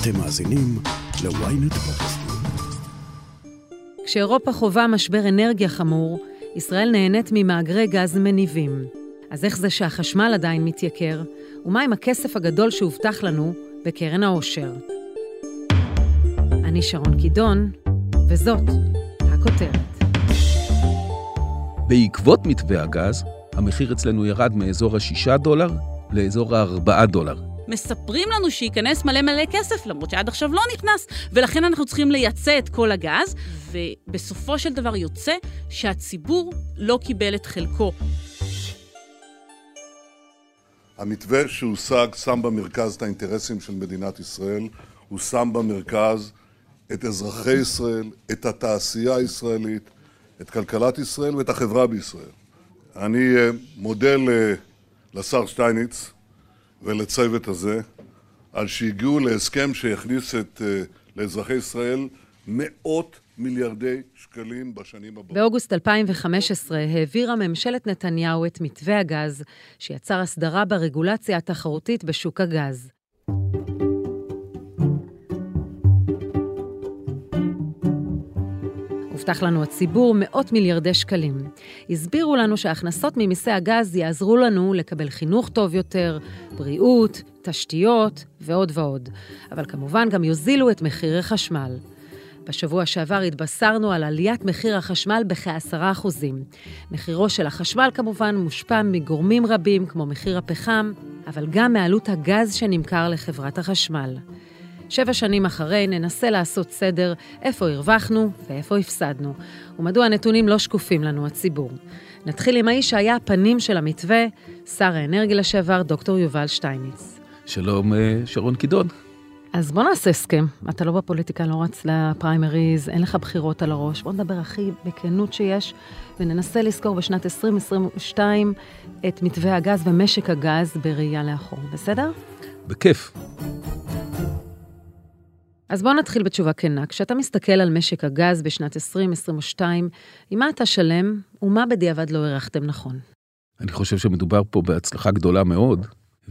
אתם מאזינים ל-ynet פודקאסט. כשאירופה חווה משבר אנרגיה חמור, ישראל נהנית ממאגרי גז מניבים. אז איך זה שהחשמל עדיין מתייקר? ומה עם הכסף הגדול שהובטח לנו בקרן העושר? אני שרון קידון, וזאת הכותרת. בעקבות מתווה הגז, המחיר אצלנו ירד מאזור $6 לאזור $4. מספרים לנו שייכנס מלא כסף, למרות שעד עכשיו לא נכנס, ולכן אנחנו צריכים לייצא את כל הגז, ובסופו של דבר יוצא שהציבור לא קיבל את חלקו. המתווה שהושג שם במרכז את האינטרסים של מדינת ישראל, הוא שם במרכז את אזרחי ישראל, את התעשייה הישראלית, את כלכלת ישראל ואת החברה בישראל. אני מודה לשר שטייניץ ולצוות הזה על שהגיעו להסכם שיכניס לאזרחי ישראל מאות מיליארדי שקלים בשנים הבאות. באוגוסט 2015 העבירה ממשלת נתניהו את מתווה הגז, שיצר הסדרה ברגולציה התחרותית בשוק הגז. הובטח לנו הציבור מאות מיליארדי שקלים. הסבירו לנו שההכנסות ממיסי הגז יעזרו לנו לקבל חינוך טוב יותר, בריאות, תשתיות ועוד ועוד. אבל כמובן גם יוזילו את מחירי חשמל. בשבוע שעבר התבשרנו על עליית מחיר החשמל בכ10%. מחירו של החשמל כמובן מושפע מגורמים רבים כמו מחיר הפחם, אבל גם מעלות הגז שנמכר לחברת החשמל. 7 שנים אחרי ננסה לעשות סדר איפה הרווחנו ואיפה הפסדנו, ומדוע הנתונים לא שקופים לנו הציבור. נתחיל עם האיש שהיה הפנים של המתווה, שר האנרגיה לשעבר, דוקטור יובל שטייניץ. שלום, שרון קידון. אז בוא נעשה הסכם. אתה לא בפוליטיקה, לא רץ לפריימריז, אין לך בחירות על הראש. בוא נדבר הכי בכנות שיש, וננסה לזכור בשנת 2022 את מתווה הגז ומשק הגז בראייה לאחור. בסדר? בכיף. אז בוא נתחיל בתשובה כנה. כשאתה מסתכל על משק הגז בשנת 2022, עם מה אתה שלם ומה בדיעבד לא ערכתם נכון? אני חושב שמדובר פה בהצלחה גדולה מאוד,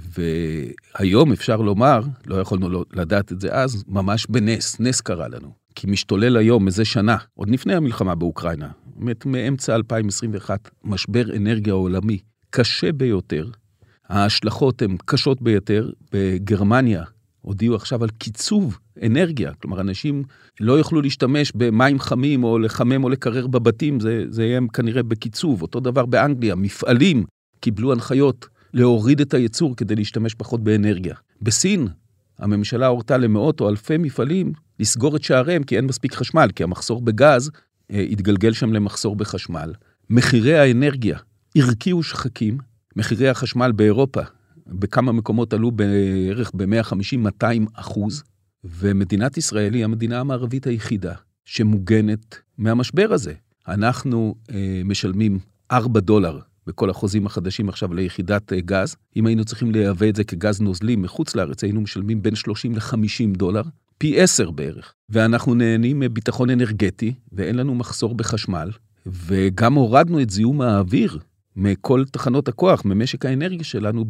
והיום אפשר לומר, לא יכולנו לדעת את זה אז, ממש בנס, נס קרה לנו. כי משתולל היום איזה שנה, עוד לפני המלחמה באוקראינה, מאמצע 2021, משבר אנרגיה עולמי קשה ביותר, ההשלכות הן קשות ביותר, בגרמניה הודיעו עכשיו על קיצוב אנרגיה, כלומר אנשים לא יוכלו להשתמש במים חמים או לחמם או לקרר בבתים, זה יהיה כנראה בקיצוב, אותו דבר באנגליה, מפעלים קיבלו הנחיות להוריד את הייצור כדי להשתמש פחות באנרגיה. בסין, הממשלה הורתה למאות או אלפי מפעלים לסגור את שעריהם כי אין מספיק חשמל, כי המחסור בגז התגלגל שם למחסור בחשמל. מחירי האנרגיה הרקיעו שחקים, מחירי החשמל באירופה, בכמה מקומות עלו בערך ב-150-200%, ומדינת ישראל היא המדינה המערבית היחידה שמוגנת מהמשבר הזה. אנחנו משלמים $4 בכל החוזים החדשים עכשיו ליחידת גז. אם היינו צריכים לייבא את זה כגז נוזלי מחוץ לארץ, היינו משלמים בין $30-50, פי 10 בערך. ואנחנו נהנים מביטחון אנרגטי, ואין לנו מחסור בחשמל, וגם הורדנו את זיהום האוויר מכל תחנות הכוח, ממשק האנרגיה שלנו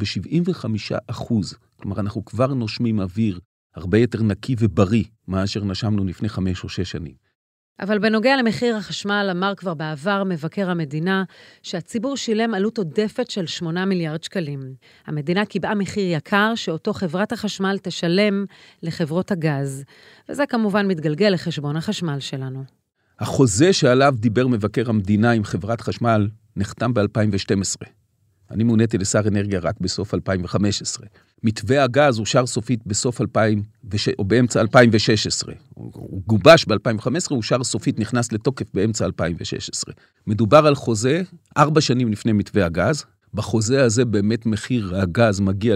ב-75%. כלומר, אנחנו כבר נושמים אוויר הרבה יותר נקי ובריא, מאשר נשמנו לפני 5 או 6 שנים. אבל בנוגע למחיר החשמל, אמר כבר בעבר מבקר המדינה, שהציבור שילם עלות עודפת של 8 מיליארד שקלים. המדינה קיבעה מחיר יקר, שאותו חברת החשמל תשלם לחברות הגז. וזה כמובן מתגלגל לחשבון החשמל שלנו. החוזה שעליו דיבר מבקר המדינה עם חברת חשמל, נחתם ב-2012. אני מוניתי לשר אנרגיה רק בסוף 2015. מתווה הגז אושר סופית בסוף 2006, או באמצע 2016. הוא גובש ב-2015, הוא אושר סופית, נכנס לתוקף באמצע 2016. מדובר על חוזה 4 שנים לפני מתווה הגז. בחוזה הזה באמת מחיר הגז מגיע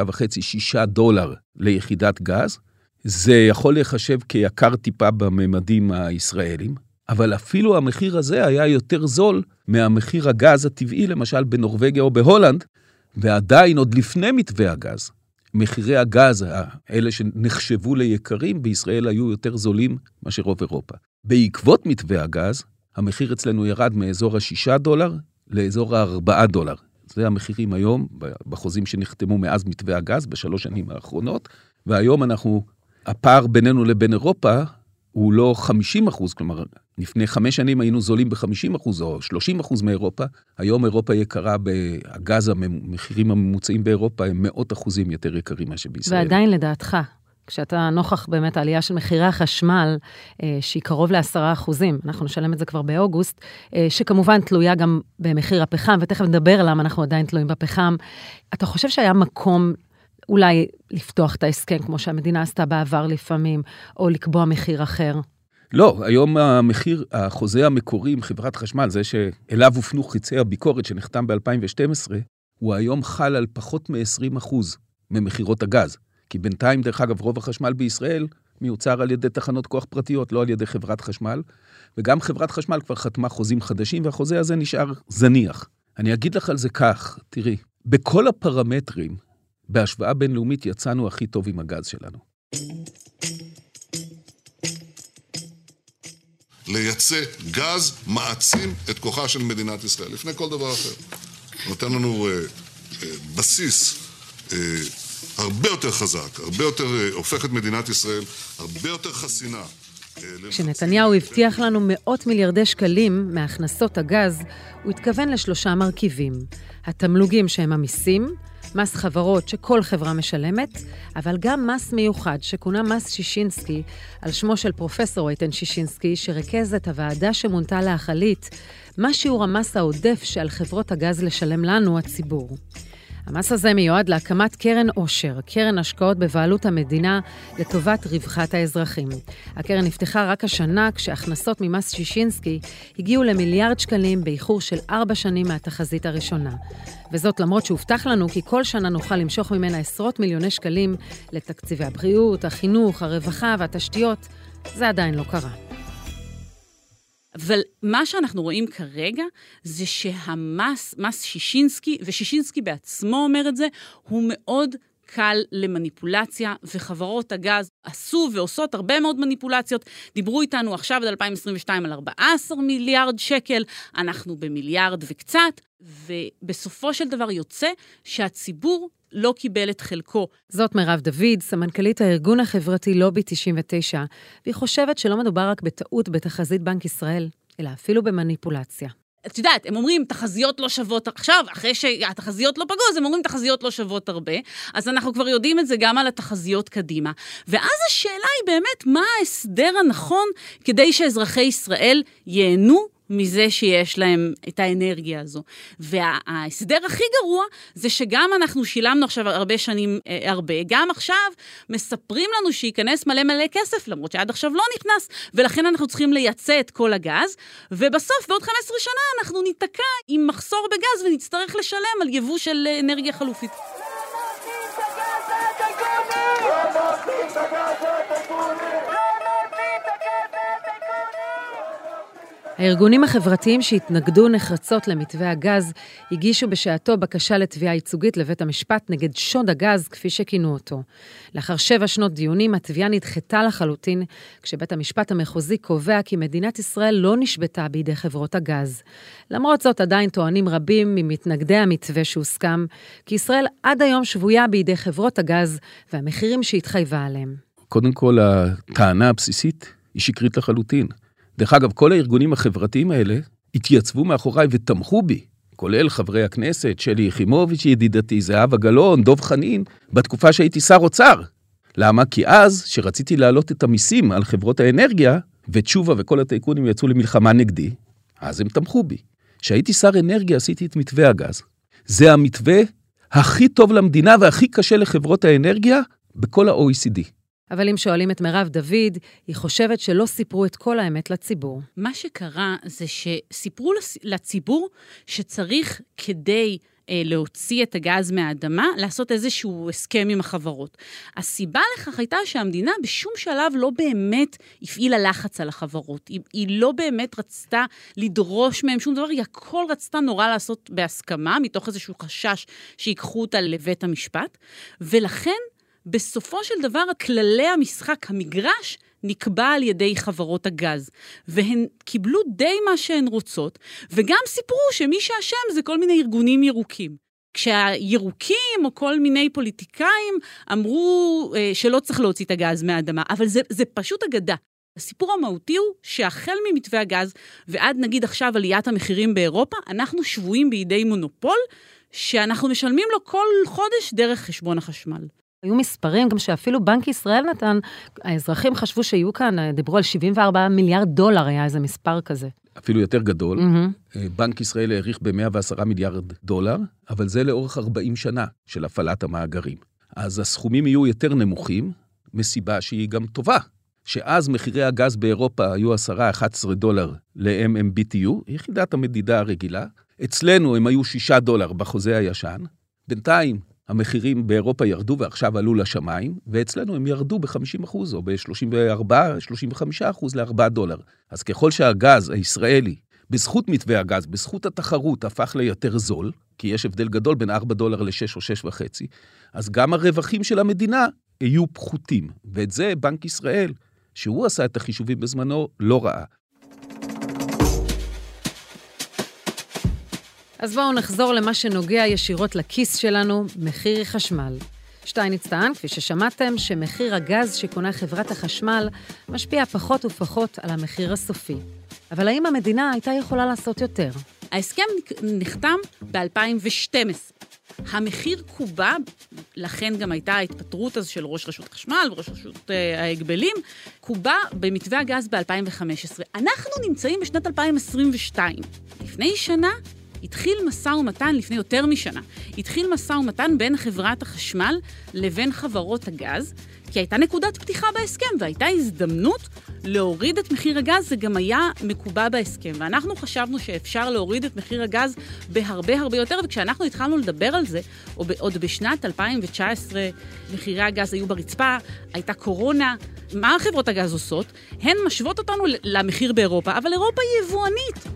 $5.5-6 ליחידת גז. זה יכול להיחשב כיקר טיפה בממדים הישראלים. אבל אפילו המחיר הזה היה יותר זול מהמחיר הגז הטבעי, למשל בנורווגיה או בהולנד, ועדיין עוד לפני מתווה הגז, מחירי הגז, האלה שנחשבו ליקרים, בישראל היו יותר זולים מאשר רוב אירופה. בעקבות מתווה הגז, המחיר אצלנו ירד מאזור $6 לאזור $4. זה המחירים היום, בחוזים שנחתמו מאז מתווה הגז, ב3 שנים האחרונות, והיום אנחנו הפער בינינו לבין אירופה הוא לא 50%, כלומר, לפני 5 שנים היינו זולים ב-50% או 30% מאירופה, היום אירופה יקרה בהגז, המחירים הממוצעים באירופה הם 100% יותר יקרים מה שבישראל. ועדיין לדעתך, כשאתה נוכח באמת העלייה של מחירי החשמל, שהיא קרוב ל10%, אנחנו נשלם את זה כבר באוגוסט, שכמובן תלויה גם במחיר הפחם, ותכף נדבר למה אנחנו עדיין תלויים בפחם. אתה חושב שהיה מקום אולי לפתוח את ההסכם, כמו שהמדינה עשתה בעבר לפעמים, או לקבוע מחיר אחר? לא, היום המחיר, החוזה המקורי עם חברת חשמל, זה שאליו הופנו חיצי הביקורת שנחתם ב-2012, הוא היום חל על פחות מ-20% ממחירות הגז. כי בינתיים, דרך אגב, רוב החשמל בישראל מיוצר על ידי תחנות כוח פרטיות, לא על ידי חברת חשמל, וגם חברת חשמל כבר חתמה חוזים חדשים, והחוזה הזה נשאר זניח. אני אגיד לך על זה כך, תראי, בכל הפרמטרים, בהשוואה בינלאומית יצאנו הכי טוב עם הגז שלנו. לייצא גז מעצים את כוחה של מדינת ישראל, לפני כל דבר אחר. נותן לנו בסיס הרבה יותר חזק, הרבה יותר הופך את מדינת ישראל, הרבה יותר חסינה. כשנתניהו הבטיח לנו 100 מיליארדי שקלים מהכנסות הגז, הוא התכוון ל3 מרכיבים. התמלוגים שהם המיסים, מס חברות שכל חברה משלמת, אבל גם מס מיוחד שכונה מס שישינסקי, על שמו של פרופסור איתן שישינסקי, שרכז את הוועדה שמונתה להחליט, מה שיעור המס העודף שעל חברות הגז לשלם לנו, הציבור. המס הזה מיועד להקמת קרן עושר, קרן השקעות בבעלות המדינה לטובת רווחת האזרחים. הקרן נפתחה רק השנה כשהכנסות ממס שישינסקי הגיעו למיליארד שקלים באיחור של 4 שנים מהתחזית הראשונה. וזאת למרות שהובטח לנו כי כל שנה נוכל למשוך ממנה עשרות מיליוני שקלים לתקציבי הבריאות, החינוך, הרווחה והתשתיות. זה עדיין לא קרה. אבל מה שאנחנו רואים כרגע, זה שהמס, מס שישינסקי, ושישינסקי בעצמו אומר את זה, הוא מאוד קל למניפולציה, וחברות הגז עשו ועושות הרבה מאוד מניפולציות. דיברו איתנו עכשיו עד 2022 על 14 מיליארד שקל, אנחנו במיליארד וקצת, ובסופו של דבר יוצא שהציבור לא קיבל את חלקו. זאת מירב דוד, סמנכ"לית הארגון החברתי לובי 99, והיא חושבת שלא מדובר רק בטעות בתחזית בנק ישראל, אלא אפילו במניפולציה. את יודעת, הם אומרים, תחזיות לא שוות עכשיו, אחרי שהתחזיות לא פגעו, אז הם אומרים, תחזיות לא שוות הרבה, אז אנחנו כבר יודעים את זה גם על התחזיות קדימה. ואז השאלה היא באמת, מה ההסדר הנכון כדי שאזרחי ישראל ייהנו מזה שיש להם את האנרגיה הזו. וההסדר הכי גרוע זה שגם אנחנו שילמנו עכשיו הרבה שנים הרבה, גם עכשיו מספרים לנו שייכנס מלא כסף, למרות שעד עכשיו לא נכנס, ולכן אנחנו צריכים לייצא את כל הגז, ובסוף בעוד 15 שנה אנחנו ניתקע עם מחסור בגז ונצטרך לשלם על יבוא של אנרגיה חלופית. הארגונים החברתיים שהתנגדו נחרצות למתווה הגז, הגישו בשעתו בקשה לתביעה ייצוגית לבית המשפט נגד שוד הגז, כפי שכינו אותו. לאחר 7 שנות דיונים, התביעה נדחתה לחלוטין, כשבית המשפט המחוזי קובע כי מדינת ישראל לא נשבתה בידי חברות הגז. למרות זאת, עדיין טוענים רבים ממתנגדי המתווה שהוסכם, כי ישראל עד היום שבויה בידי חברות הגז, והמחירים שהתחייבה עליהם. קודם כל, הטענה הבסיסית היא שקרית לחלוטין. דרך אגב, כל הארגונים החברתיים האלה התייצבו מאחוריי ותמכו בי, כולל חברי הכנסת, שלי יחימוביץ' ידידתי, זהבה גלאון, דוב חנין, בתקופה שהייתי שר אוצר. למה? כי אז, שרציתי להעלות את המיסים על חברות האנרגיה, ותשובה וכל הטייקונים יצאו למלחמה נגדי, אז הם תמכו בי. כשהייתי שר אנרגיה, עשיתי את מתווה הגז. זה המתווה הכי טוב למדינה והכי קשה לחברות האנרגיה בכל ה-OECD. אבל אם שואלים את מירב דוד, היא חושבת שלא סיפרו את כל האמת לציבור. מה שקרה זה שסיפרו לציבור שצריך כדי להוציא את הגז מהאדמה, לעשות איזשהו הסכם עם החברות. הסיבה לכך הייתה שהמדינה בשום שלב לא באמת הפעילה לחץ על החברות. היא לא באמת רצתה לדרוש מהם שום דבר, היא הכל רצתה נורא לעשות בהסכמה, מתוך איזשהו חשש שיקחו אותה לבית המשפט, ולכן בסופו של דבר, כללי המשחק, המגרש, נקבע על ידי חברות הגז, והן קיבלו די מה שהן רוצות, וגם סיפרו שמי שאשם זה כל מיני ארגונים ירוקים. כשהירוקים או כל מיני פוליטיקאים אמרו שלא צריך להוציא את הגז מהאדמה, אבל זה פשוט אגדה. הסיפור המהותי הוא שהחל ממתווה הגז ועד נגיד עכשיו עליית המחירים באירופה, אנחנו שבויים בידי מונופול שאנחנו משלמים לו כל חודש דרך חשבון החשמל. היו מספרים גם שאפילו בנק ישראל נתן, האזרחים חשבו שיהיו כאן, דיברו על 74 מיליארד דולר, היה איזה מספר כזה. אפילו יותר גדול. בנק ישראל העריך ב-110 מיליארד דולר, אבל זה לאורך 40 שנה של הפעלת המאגרים. אז הסכומים יהיו יותר נמוכים, מסיבה שהיא גם טובה. שאז מחירי הגז באירופה היו 10-11 דולר ל-MMBTU, יחידת המדידה הרגילה. אצלנו הם היו 6 דולר בחוזה הישן. בינתיים המחירים באירופה ירדו ועכשיו עלו לשמיים, ואצלנו הם ירדו ב-50% או ב-34-35% ל-4 דולר. אז ככל שהגז הישראלי, בזכות מתווה הגז, בזכות התחרות, הפך ליותר זול, כי יש הבדל גדול בין 4 דולר ל-6 או 6.5, אז גם הרווחים של המדינה יהיו פחותים. ואת זה בנק ישראל, שהוא עשה את החישובים בזמנו, לא ראה. אז בואו נחזור למה שנוגע ישירות לכיס שלנו, מחיר חשמל. שטייניץ טען, כפי ששמעתם, שמחיר הגז שקונה חברת החשמל משפיע פחות ופחות על המחיר הסופי. אבל האם המדינה הייתה יכולה לעשות יותר? ההסכם נחתם ב-2012. המחיר קובה, לכן גם הייתה ההתפטרות הזו של ראש רשות חשמל וראש רשות ההגבלים, קובה במתווה הגז ב-2015. אנחנו נמצאים בשנת 2022. לפני שנה התחיל משא ומתן, לפני יותר משנה, התחיל משא ומתן בין חברת החשמל לבין חברות הגז, כי הייתה נקודת פתיחה בהסכם, והייתה הזדמנות להוריד את מחיר הגז, זה גם היה מקובע בהסכם, ואנחנו חשבנו שאפשר להוריד את מחיר הגז בהרבה הרבה יותר, וכשאנחנו התחלנו לדבר על זה, עוד בשנת 2019, מחירי הגז היו ברצפה, הייתה קורונה, מה חברות הגז עושות? הן משוות אותנו למחיר באירופה, אבל אירופה היא יבואנית.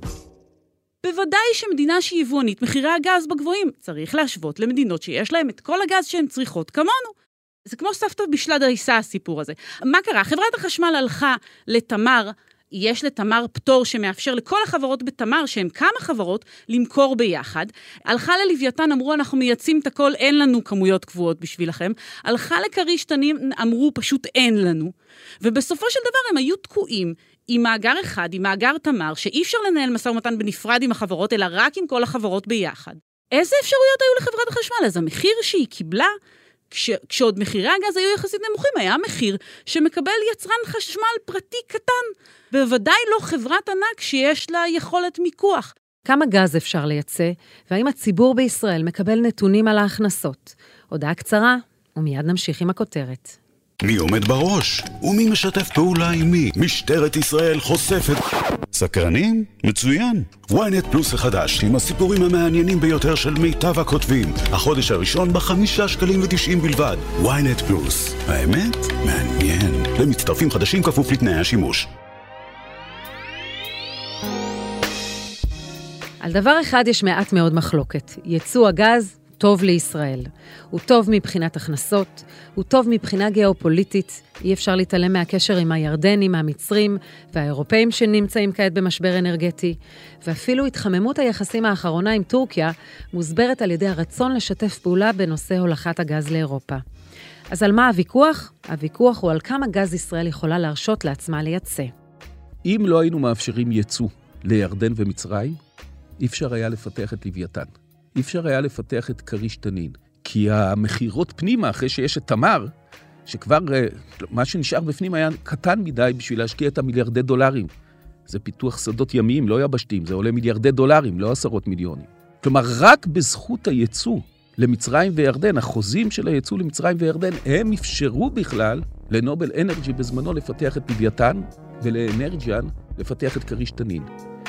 בוודאי שמדינה שהיא יבואנית, מחירי הגז בגבוהים, צריך להשוות למדינות שיש להם את כל הגז שהן צריכות כמונו. זה כמו סבתא בשלה דריסה הסיפור הזה. מה קרה? חברת החשמל הלכה לתמר, יש לתמר פטור שמאפשר לכל החברות בתמר, שהן כמה חברות, למכור ביחד. הלכה ללוויתן, אמרו, אנחנו מייצאים את הכל, אין לנו כמויות קבועות בשבילכם. הלכה לכריש תנין, אמרו, פשוט אין לנו. ובסופו של דבר הם היו תקועים עם מאגר אחד, עם מאגר תמר, שאי אפשר לנהל משא ומתן בנפרד עם החברות, אלא רק עם כל החברות ביחד. איזה אפשרויות היו לחברת החשמל? אז המחיר שהיא קיבלה, כשעוד מחירי הגז היו יחסית נמוכים, היה מחיר שמקבל יצרן חשמל פרטי קטן. בוודאי לא חברת ענק שיש לה יכולת מיקוח. כמה גז אפשר לייצא, והאם הציבור בישראל מקבל נתונים על ההכנסות? הודעה קצרה, ומיד נמשיך עם הכותרת. מי עומד בראש? ומי משתף פעולה עם מי? משטרת ישראל חושפת. סקרנים? מצוין. ynet פלוס החדש, עם הסיפורים המעניינים ביותר של מיטב הכותבים. החודש הראשון ב5.90 שקלים בלבד. ynet פלוס. האמת? מעניין. למצטרפים חדשים כפוף לתנאי השימוש. על דבר אחד יש מעט מאוד מחלוקת. ייצוא הגז טוב לישראל. הוא טוב מבחינת הכנסות, הוא טוב מבחינה גיאופוליטית, אי אפשר להתעלם מהקשר עם הירדנים, המצרים והאירופאים שנמצאים כעת במשבר אנרגטי, ואפילו התחממות היחסים האחרונה עם טורקיה מוסברת על ידי הרצון לשתף פעולה בנושא הולכת הגז לאירופה. אז על מה הוויכוח? הוויכוח הוא על כמה גז ישראל יכולה להרשות לעצמה לייצא. אם לא היינו מאפשרים ייצוא לירדן ומצרים, אי אפשר היה לפתח את לוויתן. אי אפשר היה לפתח את כריש תנין, כי המחירות פנימה, אחרי שיש את תמר, שכבר מה שנשאר בפנים היה קטן מדי בשביל להשקיע את המיליארדי דולרים. זה פיתוח שדות ימיים, לא יבשתיים, זה עולה מיליארדי דולרים, לא 10 מיליונים. כלומר, רק בזכות הייצוא למצרים וירדן, החוזים של הייצוא למצרים וירדן, הם אפשרו בכלל לנובל אנרג'י בזמנו לפתח את לוויתן, ולאנרג'יאן לפתח את כריש תנין.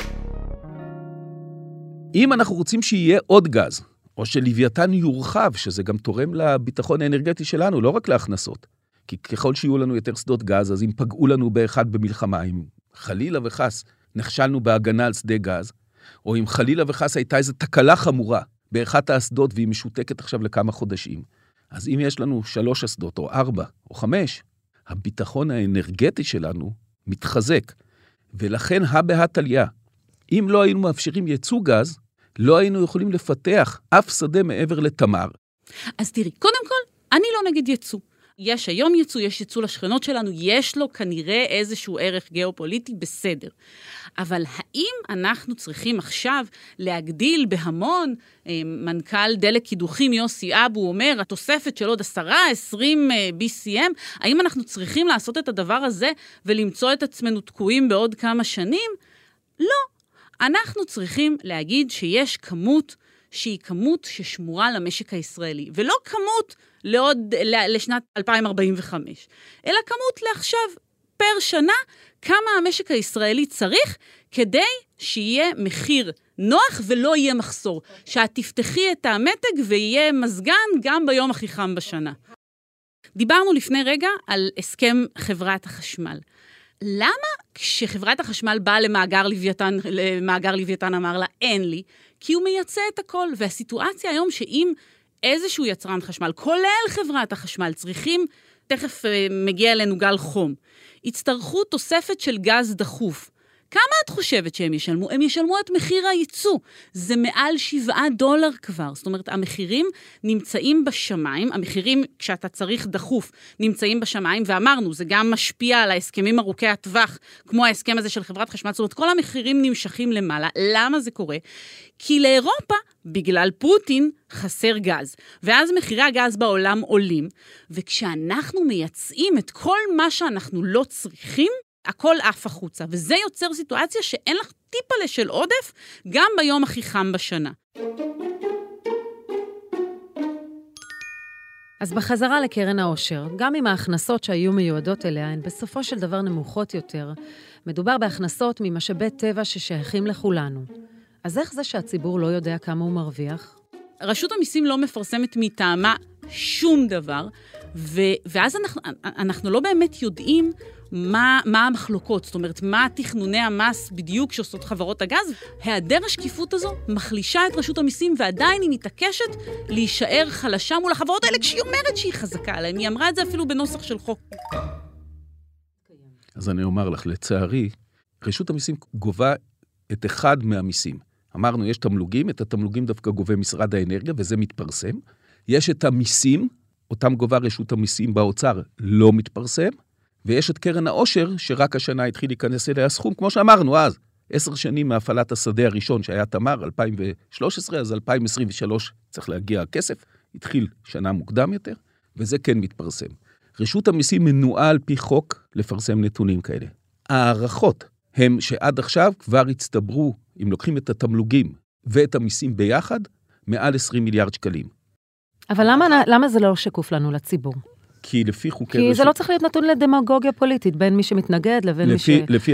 אם אנחנו רוצים שיהיה עוד גז, או שלוויתן יורחב, שזה גם תורם לביטחון האנרגטי שלנו, לא רק להכנסות, כי ככל שיהיו לנו יותר שדות גז, אז אם פגעו לנו באחד במלחמה, אם חלילה וחס נכשלנו בהגנה על שדה גז, או אם חלילה וחס הייתה איזו תקלה חמורה באחת האסדות, והיא משותקת עכשיו לכמה חודשים, אז אם יש לנו 3 אסדות, או 4, או 5, הביטחון האנרגטי שלנו מתחזק, ולכן הבאת עלייה. אם לא היינו מאפשרים ייצוא גז, לא היינו יכולים לפתח אף שדה מעבר לתמר. אז תראי, קודם כל, אני לא נגד ייצוא. יש היום ייצוא, יש ייצוא לשכנות שלנו, יש לו כנראה איזשהו ערך גיאופוליטי בסדר. אבל האם אנחנו צריכים עכשיו להגדיל בהמון, מנכ"ל דלק קידוחים יוסי אבו אומר, התוספת של עוד 10-20 BCM, האם אנחנו צריכים לעשות את הדבר הזה ולמצוא את עצמנו תקועים בעוד כמה שנים? לא. אנחנו צריכים להגיד שיש כמות שהיא כמות ששמורה למשק הישראלי, ולא כמות לשנת 2045, אלא כמות לעכשיו פר שנה, כמה המשק הישראלי צריך, כדי שיהיה מחיר נוח ולא יהיה מחסור. שאת תפתחי את המתג ויהיה מזגן גם ביום הכי חם בשנה. דיברנו לפני רגע על הסכם חברת החשמל. למה כשחברת החשמל באה למאגר לוויתן אמר לה, אין לי, כי הוא מייצא את הכל, והסיטואציה היום שאם איזשהו יצרן חשמל, כולל חברת החשמל, צריכים, תכף מגיע אלינו גל חום, יצטרכו תוספת של גז דחוף. כמה את חושבת שהם ישלמו? הם ישלמו את מחיר הייצוא. זה מעל $7 כבר. זאת אומרת, המחירים נמצאים בשמיים, המחירים כשאתה צריך דחוף נמצאים בשמיים, ואמרנו, זה גם משפיע על ההסכמים ארוכי הטווח, כמו ההסכם הזה של חברת חשמל. זאת אומרת, כל המחירים נמשכים למעלה. למה זה קורה? כי לאירופה, בגלל פוטין, חסר גז. ואז מחירי הגז בעולם עולים, וכשאנחנו מייצאים את כל מה שאנחנו לא צריכים, הכל אף החוצה, וזה יוצר סיטואציה שאין לך טיפה של עודף, גם ביום הכי חם בשנה. אז בחזרה לקרן העושר, גם אם ההכנסות שהיו מיועדות אליה הן בסופו של דבר נמוכות יותר, מדובר בהכנסות ממשאבי טבע ששייכים לכולנו. אז איך זה שהציבור לא יודע כמה הוא מרוויח? רשות המיסים לא מפרסמת מטעמה שום דבר, ואז אנחנו לא באמת יודעים מה המחלוקות, זאת אומרת, מה תכנוני המס בדיוק שעושות חברות הגז. היעדר השקיפות הזו מחלישה את רשות המיסים, ועדיין היא מתעקשת להישאר חלשה מול החברות האלה, כשהיא אומרת שהיא חזקה עליהם. היא אמרה את זה אפילו בנוסח של חוק. אז אני אומר לך, לצערי, רשות המיסים גובה את אחד מהמיסים. אמרנו, יש תמלוגים, את התמלוגים דווקא גובה משרד האנרגיה, וזה מתפרסם. יש את המיסים, אותם גובה רשות המיסים באוצר, לא מתפרסם. ויש את קרן העושר, שרק השנה התחיל להיכנס אליה סכום, כמו שאמרנו אז, 10 שנים מהפעלת השדה הראשון שהיה תמר, 2013, אז 2023 צריך להגיע הכסף, התחיל שנה מוקדם יותר, וזה כן מתפרסם. רשות המיסים מנועה על פי חוק לפרסם נתונים כאלה. הערכות הם שעד עכשיו כבר הצטברו, אם לוקחים את התמלוגים ואת המיסים ביחד, מעל 20 מיליארד שקלים. אבל למה זה לא שקוף לנו לציבור? כי לפי חוקי... כי זה לא צריך להיות נתון לדמגוגיה פוליטית, בין מי שמתנגד לבין מי ש...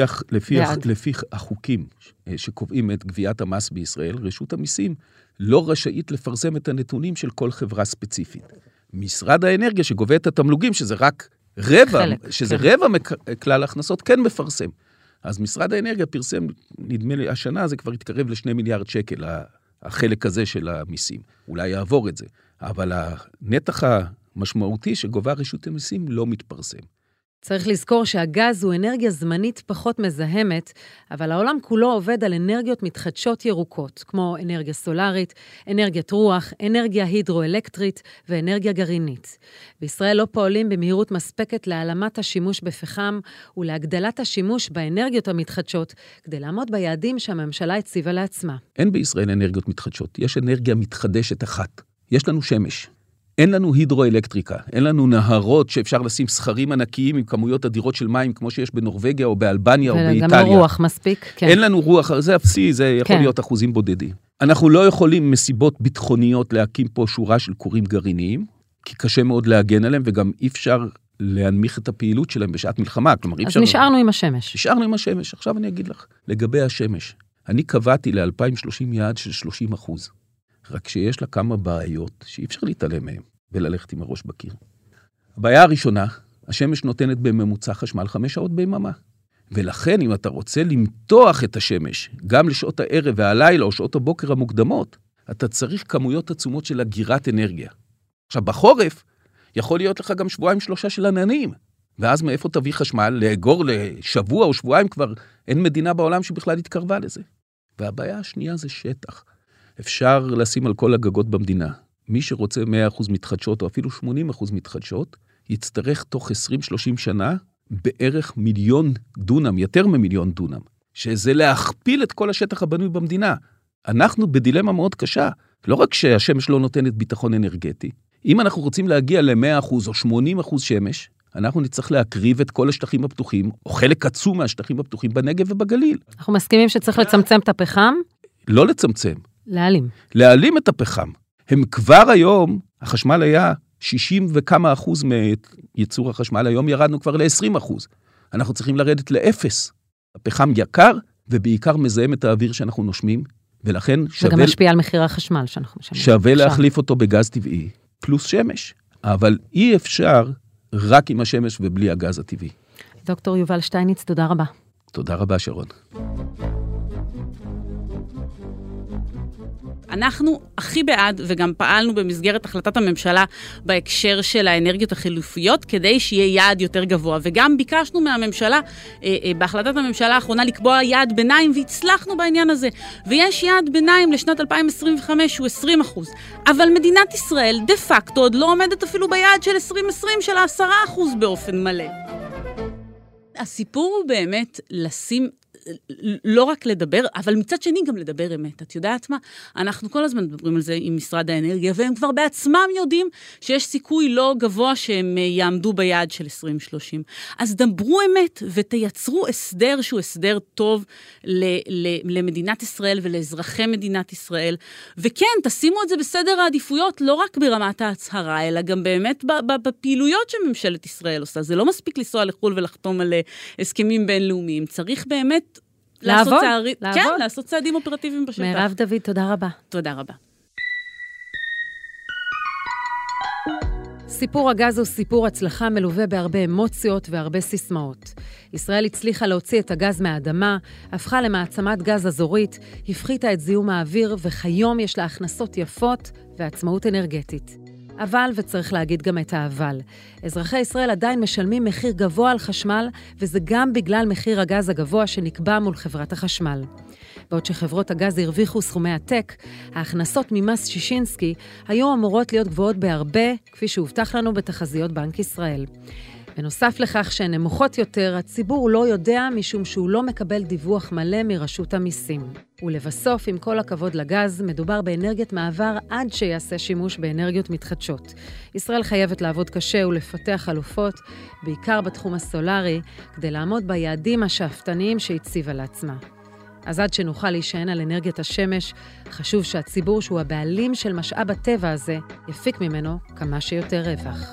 לפי החוקים שקובעים את גביית המס בישראל, רשות המיסים לא רשאית לפרסם את הנתונים של כל חברה ספציפית. משרד האנרגיה שגובה את התמלוגים, שזה רק רבע, רבע מכלל ההכנסות, כן מפרסם. אז משרד האנרגיה פרסם, נדמה לי, השנה זה כבר התקרב ל2 מיליארד שקל, החלק הזה של המיסים. אולי יעבור את זה. אבל הנתח משמעותי שגובה רשות המיסים לא מתפרסם. צריך לזכור שהגז הוא אנרגיה זמנית פחות מזהמת, אבל העולם כולו עובד על אנרגיות מתחדשות ירוקות, כמו אנרגיה סולרית, אנרגיית רוח, אנרגיה הידרואלקטרית ואנרגיה גרעינית. בישראל לא פועלים במהירות מספקת להעלמת השימוש בפחם ולהגדלת השימוש באנרגיות המתחדשות, כדי לעמוד ביעדים שהממשלה הציבה לעצמה. אין בישראל אנרגיות מתחדשות, יש אנרגיה מתחדשת אחת. יש לנו שמש. אין לנו הידרואלקטריקה, אין לנו נהרות שאפשר לשים סחרים ענקיים עם כמויות אדירות של מים, כמו שיש בנורווגיה או באלבניה או באיטליה. וגם לא רוח מספיק, כן. אין לנו רוח, זה אפסי, זה יכול להיות אחוזים בודדים. אנחנו לא יכולים מסיבות ביטחוניות להקים פה שורה של כורים גרעיניים, כי קשה מאוד להגן עליהם, וגם אי אפשר להנמיך את הפעילות שלהם בשעת מלחמה. כלומר, אז נשארנו עם השמש. נשארנו עם השמש. עכשיו אני אגיד לך, לגבי השמש, אני קבעתי ל-2030 יעד של 30%. רק שיש לה כמה בעיות שאי אפשר להתעלם מהם וללכת עם הראש בקיר. הבעיה הראשונה, השמש נותנת בממוצע חשמל 5 שעות ביממה. ולכן אם אתה רוצה למתוח את השמש, גם לשעות הערב והלילה או שעות הבוקר המוקדמות, אתה צריך כמויות עצומות של אגירת אנרגיה. עכשיו בחורף, יכול להיות לך גם 2-3 של עננים. ואז מאיפה תביא חשמל? לאגור לשבוע או שבועיים כבר אין מדינה בעולם שבכלל התקרבה לזה. והבעיה השנייה זה שטח. אפשר לשים על כל הגגות במדינה. מי שרוצה 100% מתחדשות, או אפילו 80% מתחדשות, יצטרך תוך 20-30 שנה, בערך 1,000,000 דונם, יותר מ1,000,000 דונם, שזה להכפיל את כל השטח הבנוי במדינה. אנחנו בדילמה מאוד קשה, לא רק שהשמש לא נותנת ביטחון אנרגטי, אם אנחנו רוצים להגיע ל100% או 80% שמש, אנחנו נצטרך להקריב את כל השטחים הפתוחים, או חלק עצום מהשטחים הפתוחים בנגב ובגליל. אנחנו מסכימים שצריך לצמצם את הפחם? לא לצמצם. להעלים. להעלים את הפחם. הם כבר היום, החשמל היה 60 וכמה אחוז מייצור החשמל, היום ירדנו כבר ל-20%. אנחנו צריכים לרדת ל-0. הפחם יקר, ובעיקר מזהם את האוויר שאנחנו נושמים, ולכן שווה... וגם משפיע על מחיר החשמל שאנחנו משלמים. שווה להחליף אותו בגז טבעי, פלוס שמש. אבל אי אפשר רק עם השמש ובלי הגז הטבעי. דוקטור יובל שטייניץ, תודה רבה. תודה רבה, שרון. אנחנו הכי בעד, וגם פעלנו במסגרת החלטת הממשלה בהקשר של האנרגיות החלופיות, כדי שיהיה יעד יותר גבוה. וגם ביקשנו מהממשלה, בהחלטת הממשלה האחרונה, לקבוע יעד ביניים, והצלחנו בעניין הזה. ויש יעד ביניים לשנת 2025, הוא 20%. אבל מדינת ישראל, דה פקטו, עוד לא עומדת אפילו ביעד של 2020, של 10% באופן מלא. הסיפור הוא באמת לשים... לא רק לדבר, אבל מצד שני גם לדבר אמת. את יודעת מה? אנחנו כל הזמן מדברים על זה עם משרד האנרגיה, והם כבר בעצמם יודעים שיש סיכוי לא גבוה שהם יעמדו ביעד של 2030. אז דברו אמת ותייצרו הסדר שהוא הסדר טוב למדינת ישראל ולאזרחי מדינת ישראל. וכן, תשימו את זה בסדר העדיפויות, לא רק ברמת ההצהרה, אלא גם באמת בפעילויות שממשלת ישראל עושה. זה לא מספיק לנסוע לחול ולחתום על הסכמים בינלאומיים. צריך באמת לעבוד. כן, לעשות צעדים אופרטיביים בשטח. מירב דוד, תודה רבה. תודה רבה. סיפור הגז הוא סיפור הצלחה מלווה בהרבה אמוציות והרבה סיסמאות. ישראל הצליחה להוציא את הגז מהאדמה, הפכה למעצמת גז אזורית, הפחיתה את זיהום האוויר, וכיום יש לה הכנסות יפות ועצמאות אנרגטית. אבל, וצריך להגיד גם את האבל, אזרחי ישראל עדיין משלמים מחיר גבוה על חשמל, וזה גם בגלל מחיר הגז הגבוה שנקבע מול חברת החשמל. בעוד שחברות הגז הרוויחו סכומי עתק, ההכנסות ממס שישינסקי היו אמורות להיות גבוהות בהרבה, כפי שהובטח לנו בתחזיות בנק ישראל. בנוסף לכך שהן נמוכות יותר, הציבור לא יודע משום שהוא לא מקבל דיווח מלא מרשות המיסים. ולבסוף, עם כל הכבוד לגז, מדובר באנרגיית מעבר עד שיעשה שימוש באנרגיות מתחדשות. ישראל חייבת לעבוד קשה ולפתח חלופות, בעיקר בתחום הסולרי, כדי לעמוד ביעדים השאפתניים שהציבה לעצמה. אז עד שנוכל להישען על אנרגיית השמש, חשוב שהציבור שהוא הבעלים של משאב הטבע הזה, יפיק ממנו כמה שיותר רווח.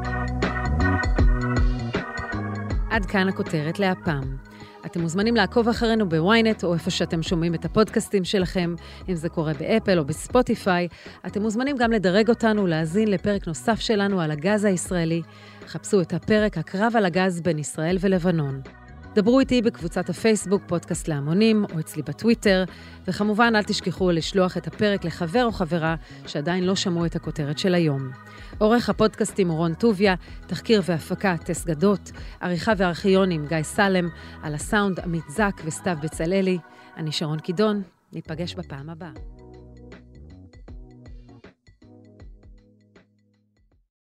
עד כאן הכותרת להפעם. אתם מוזמנים לעקוב אחרינו בוויינט, או איפה שאתם שומעים את הפודקאסטים שלכם, אם זה קורה באפל או בספוטיפיי. אתם מוזמנים גם לדרג אותנו, להאזין לפרק נוסף שלנו על הגז הישראלי. חפשו את הפרק הקרב על הגז בין ישראל ולבנון. דברו איתי בקבוצת הפייסבוק, פודקאסט להמונים, או אצלי בטוויטר, וכמובן אל תשכחו לשלוח את הפרק לחבר או חברה שעדיין לא שמעו את הכותרת של היום. עורך הפודקאסטים רון טוביה, תחקיר והפקה טס גדות, עריכה וארכיונים גיא סלם, על הסאונד עמית זק וסתיו בצלאלי. אני שרון קידון, ניפגש בפעם הבאה.